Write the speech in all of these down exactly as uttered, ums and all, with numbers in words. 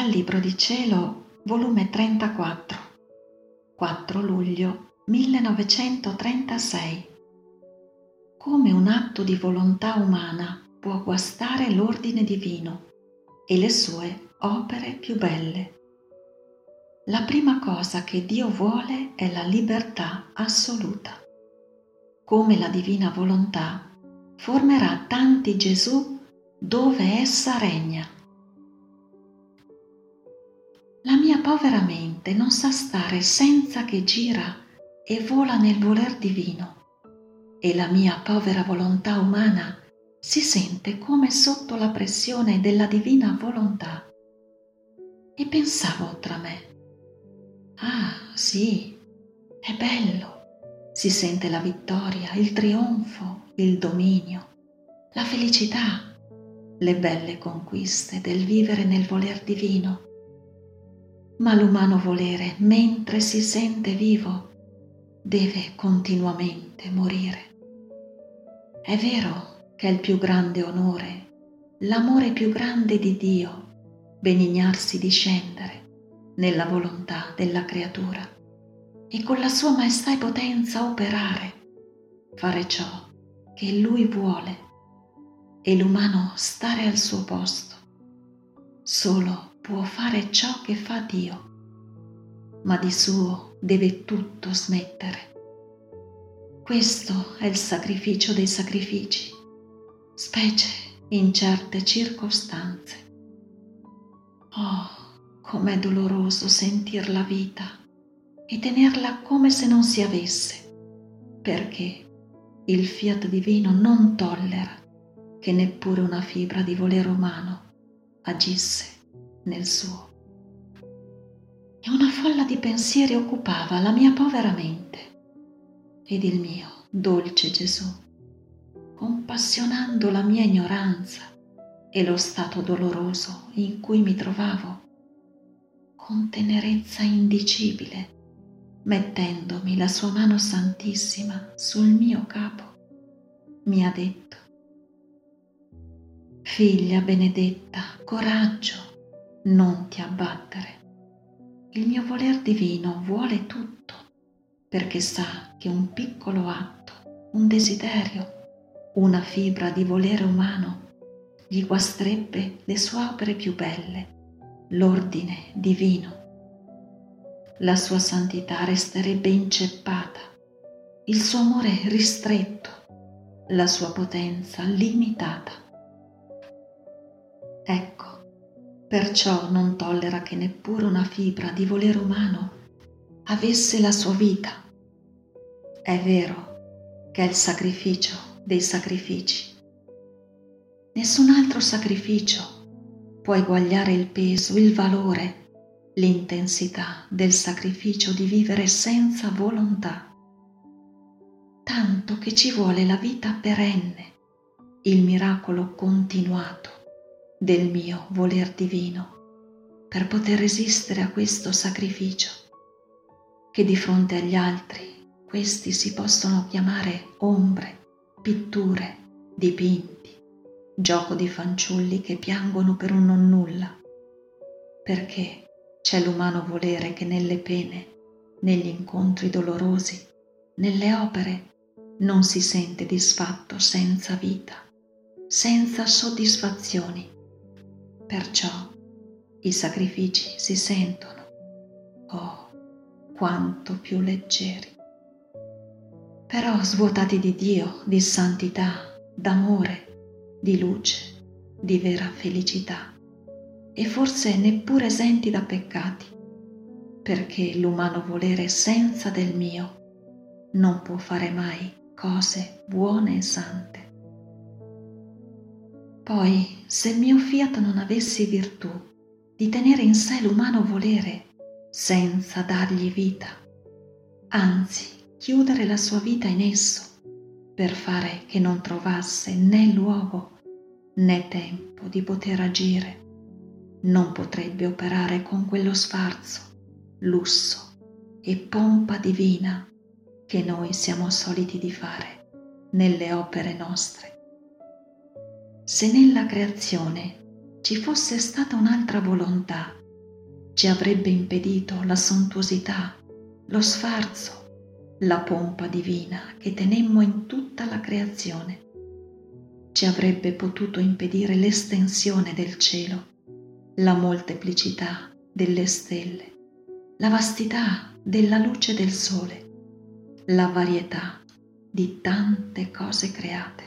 dal Libro di Cielo, volume trentaquattro, quattro luglio millenovecentotrentasei. Come un atto di volontà umana può guastare l'ordine divino e le sue opere più belle? La prima cosa che Dio vuole è la libertà assoluta. Come la divina volontà formerà tanti Gesù dove essa regna. La mia povera mente non sa stare senza che gira e vola nel voler divino, e la mia povera volontà umana si sente come sotto la pressione della divina volontà. E pensavo tra me: ah, sì, è bello, si sente la vittoria, il trionfo, il dominio, la felicità, le belle conquiste del vivere nel voler divino. Ma l'umano volere, mentre si sente vivo, deve continuamente morire. È vero che è il più grande onore, l'amore più grande di Dio, benignarsi di scendere nella volontà della creatura e con la sua maestà e potenza operare, fare ciò che Lui vuole e l'umano stare al suo posto. Solo può fare ciò che fa Dio, ma di suo deve tutto smettere. Questo è il sacrificio dei sacrifici, specie in certe circostanze. Oh, com'è doloroso sentir la vita e tenerla come se non si avesse, perché il fiat divino non tollera che neppure una fibra di volere umano agisse nel suo. E una folla di pensieri occupava la mia povera mente ed il mio dolce Gesù, compassionando la mia ignoranza e lo stato doloroso in cui mi trovavo, con tenerezza indicibile, mettendomi la sua mano santissima sul mio capo, mi ha detto: figlia benedetta, coraggio, non ti abbattere. Il mio voler divino vuole tutto, perché sa che un piccolo atto, un desiderio, una fibra di volere umano gli guasterebbe le sue opere più belle, l'ordine divino. La sua santità resterebbe inceppata, il suo amore ristretto, la sua potenza limitata. Ecco, perciò non tollera che neppure una fibra di volere umano avesse la sua vita. È vero che è il sacrificio dei sacrifici. Nessun altro sacrificio può eguagliare il peso, il valore, l'intensità del sacrificio di vivere senza volontà. Tanto che ci vuole la vita perenne, il miracolo continuato del mio voler divino, per poter resistere a questo sacrificio, che di fronte agli altri questi si possono chiamare ombre, pitture, dipinti, gioco di fanciulli che piangono per un nonnulla, perché c'è l'umano volere che nelle pene, negli incontri dolorosi, nelle opere, non si sente disfatto senza vita, senza soddisfazioni. Perciò i sacrifici si sentono, oh, quanto più leggeri. Però svuotati di Dio, di santità, d'amore, di luce, di vera felicità, e forse neppure esenti da peccati, perché l'umano volere senza del mio non può fare mai cose buone e sante. Poi, se il mio fiat non avessi virtù di tenere in sé l'umano volere senza dargli vita, anzi chiudere la sua vita in esso per fare che non trovasse né luogo né tempo di poter agire, non potrebbe operare con quello sfarzo, lusso e pompa divina che noi siamo soliti di fare nelle opere nostre. Se nella creazione ci fosse stata un'altra volontà ci avrebbe impedito la sontuosità, lo sfarzo, la pompa divina che tenemmo in tutta la creazione. Ci avrebbe potuto impedire l'estensione del cielo, la molteplicità delle stelle, la vastità della luce del sole, la varietà di tante cose create.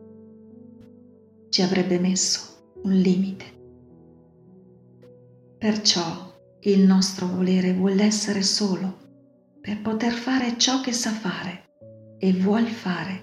Ci avrebbe messo un limite. Perciò il nostro volere vuole essere solo per poter fare ciò che sa fare e vuol fare.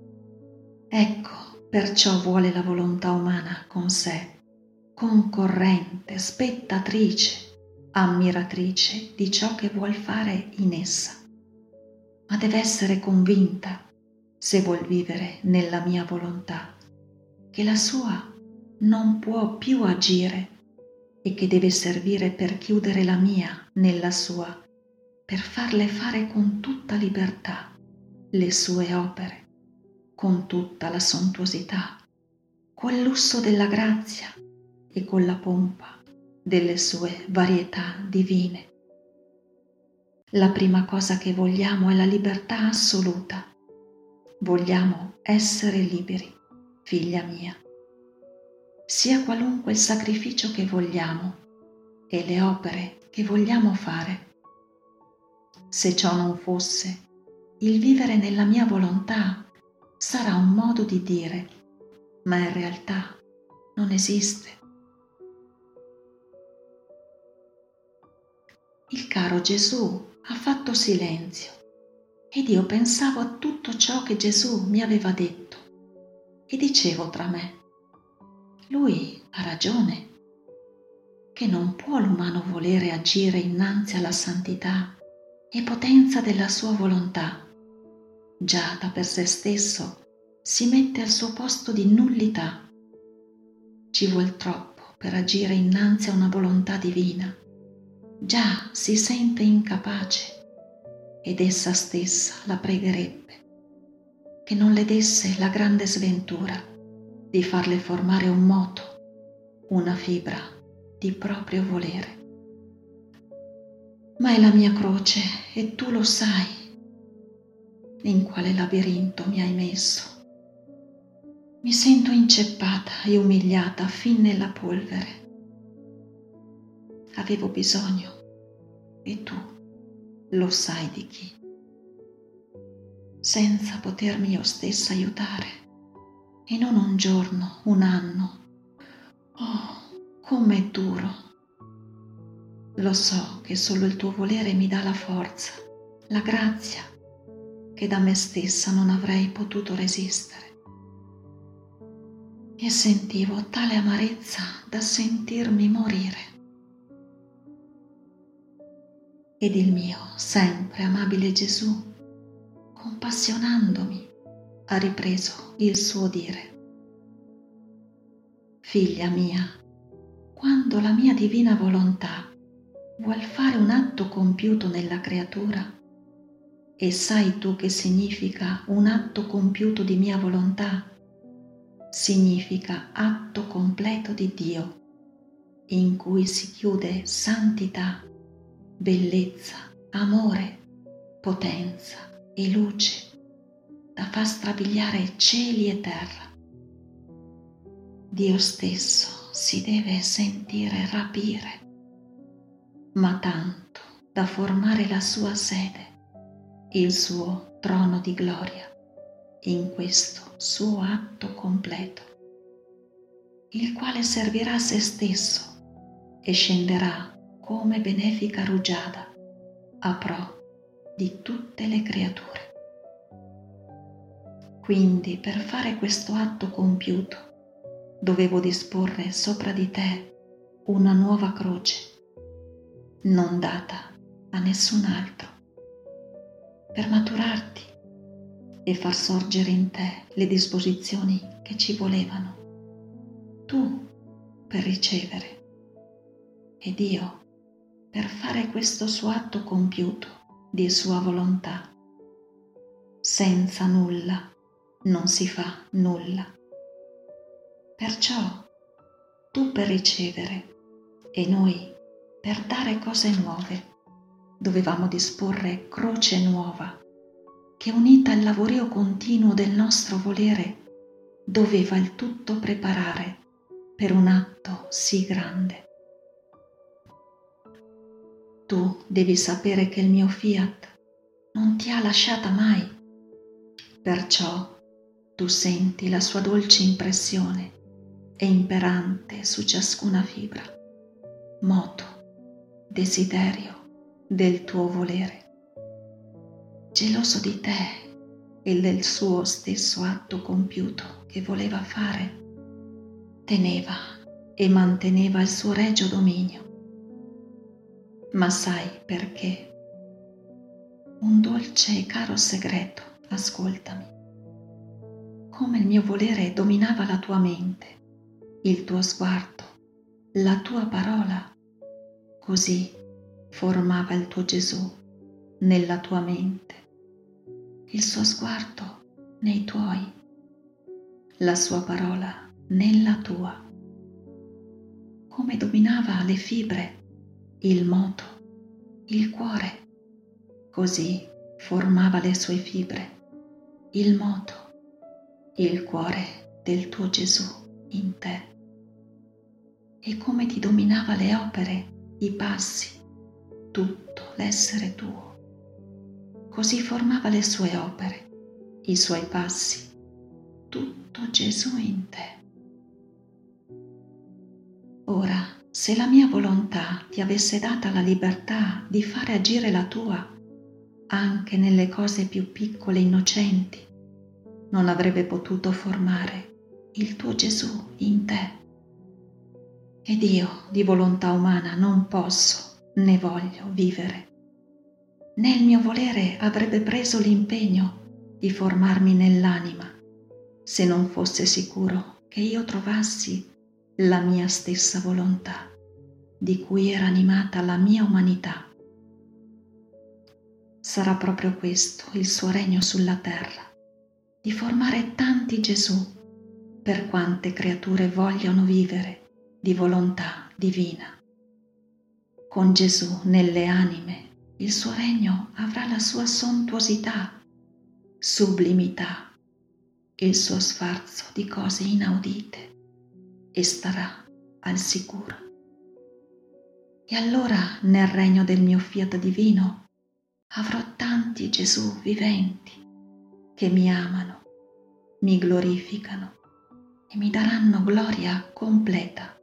Ecco, perciò vuole la volontà umana con sé, concorrente, spettatrice, ammiratrice di ciò che vuol fare in essa. Ma deve essere convinta, se vuol vivere nella mia volontà, che la sua non può più agire e che deve servire per chiudere la mia nella sua, per farle fare con tutta libertà le sue opere, con tutta la sontuosità, col lusso della grazia e con la pompa delle sue varietà divine. La prima cosa che vogliamo è la libertà assoluta. Vogliamo essere liberi, figlia mia. Sia qualunque il sacrificio che vogliamo e le opere che vogliamo fare. Se ciò non fosse, il vivere nella mia volontà sarà un modo di dire, ma in realtà non esiste. Il caro Gesù ha fatto silenzio ed io pensavo a tutto ciò che Gesù mi aveva detto e dicevo tra me, lui ha ragione, che non può l'umano volere agire innanzi alla santità e potenza della sua volontà. Già da per sé stesso si mette al suo posto di nullità. Ci vuol troppo per agire innanzi a una volontà divina. Già si sente incapace ed essa stessa la pregherebbe che non le desse la grande sventura di farle formare un moto, una fibra di proprio volere. Ma è la mia croce e tu lo sai in quale labirinto mi hai messo. Mi sento inceppata e umiliata fin nella polvere. Avevo bisogno, e tu lo sai di chi, senza potermi io stessa aiutare, e non un giorno, un anno. Oh, com'è duro! Lo so che solo il tuo volere mi dà la forza, la grazia, che da me stessa non avrei potuto resistere. E sentivo tale amarezza da sentirmi morire. Ed il mio sempre amabile Gesù, compassionandomi, ha ripreso il suo dire. Figlia mia, quando la mia divina volontà vuol fare un atto compiuto nella creatura, e sai tu che significa un atto compiuto di mia volontà? Significa atto completo di Dio, in cui si chiude santità, bellezza, amore, potenza e luce, da far strabiliare cieli e terra. Dio stesso si deve sentire rapire, ma tanto da formare la sua sede, il suo trono di gloria, in questo suo atto completo, il quale servirà a se stesso e scenderà come benefica rugiada a pro di tutte le creature. Quindi per fare questo atto compiuto dovevo disporre sopra di te una nuova croce, non data a nessun altro, per maturarti e far sorgere in te le disposizioni che ci volevano, tu per ricevere ed io per fare questo suo atto compiuto di sua volontà. Senza nulla non si fa nulla. Perciò tu per ricevere e noi per dare cose nuove. Dovevamo disporre croce nuova, che unita al lavorio continuo del nostro volere, doveva il tutto preparare per un atto sì grande. Tu devi sapere che il mio fiat non ti ha lasciata mai, perciò tu senti la sua dolce impressione e imperante su ciascuna fibra, moto, desiderio del tuo volere. Geloso di te e del suo stesso atto compiuto che voleva fare, teneva e manteneva il suo regio dominio. Ma sai perché? Un dolce e caro segreto, ascoltami. Come il mio volere dominava la tua mente, il tuo sguardo, la tua parola, così formava il tuo Gesù nella tua mente, il suo sguardo nei tuoi, la sua parola nella tua. Come dominava le fibre, il moto, il cuore, così formava le sue fibre, il moto, il cuore del tuo Gesù in te. E come ti dominava le opere, i passi, tutto l'essere tuo. Così formava le sue opere, i suoi passi, tutto Gesù in te. Ora, se la mia volontà ti avesse data la libertà di fare agire la tua, anche nelle cose più piccole e innocenti, non avrebbe potuto formare il tuo Gesù in te. Ed io di volontà umana non posso né voglio vivere, né il mio volere avrebbe preso l'impegno di formarmi nell'anima se non fosse sicuro che io trovassi la mia stessa volontà, di cui era animata la mia umanità. Sarà proprio questo il suo regno sulla terra, di formare tanti Gesù per quante creature vogliono vivere di volontà divina. Con Gesù nelle anime il suo regno avrà la sua sontuosità, sublimità, il suo sfarzo di cose inaudite e starà al sicuro. E allora nel regno del mio fiat divino avrò tanti Gesù viventi che mi amano, mi glorificano e mi daranno gloria completa.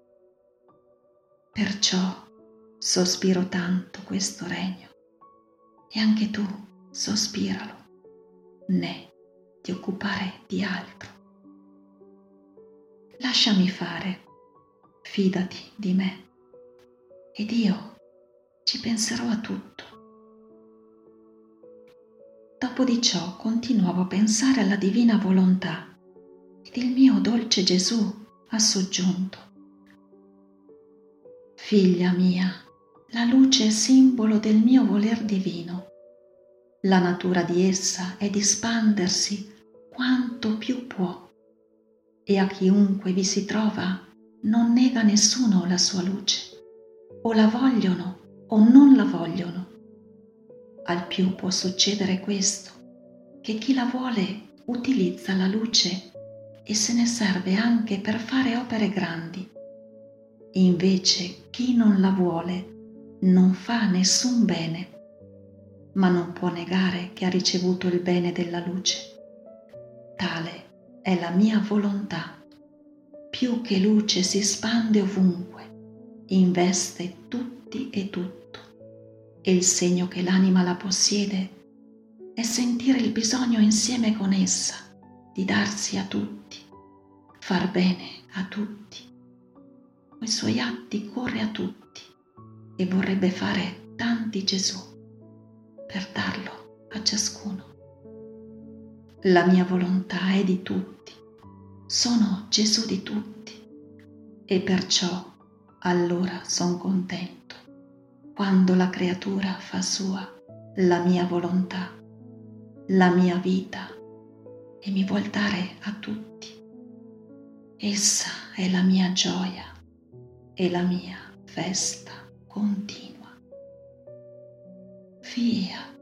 Perciò sospiro tanto questo regno e anche tu sospiralo, né ti occupare di altro. Lasciami fare, fidati di me ed io ci penserò a tutto. Dopo di ciò continuavo a pensare alla divina volontà ed il mio dolce Gesù ha soggiunto: Figlia mia, la luce è simbolo del mio voler divino. La natura di essa è di espandersi quanto più può e a chiunque vi si trova non nega nessuno la sua luce, o la vogliono o non la vogliono. Al più può succedere questo, che chi la vuole utilizza la luce e se ne serve anche per fare opere grandi. Invece chi non la vuole non fa nessun bene, ma non può negare che ha ricevuto il bene della luce. Tale è la mia volontà. Più che luce si spande ovunque, investe tutti e tutto, e il segno che l'anima la possiede è sentire il bisogno insieme con essa di darsi a tutti, far bene a tutti. Coi suoi atti corre a tutti e vorrebbe fare tanti Gesù per darlo a ciascuno. La mia volontà è di tutti, sono Gesù di tutti e perciò allora son contento quando la creatura fa sua la mia volontà, la mia vita e mi vuol dare a tutti. Essa è la mia gioia e la mia festa continua. Via,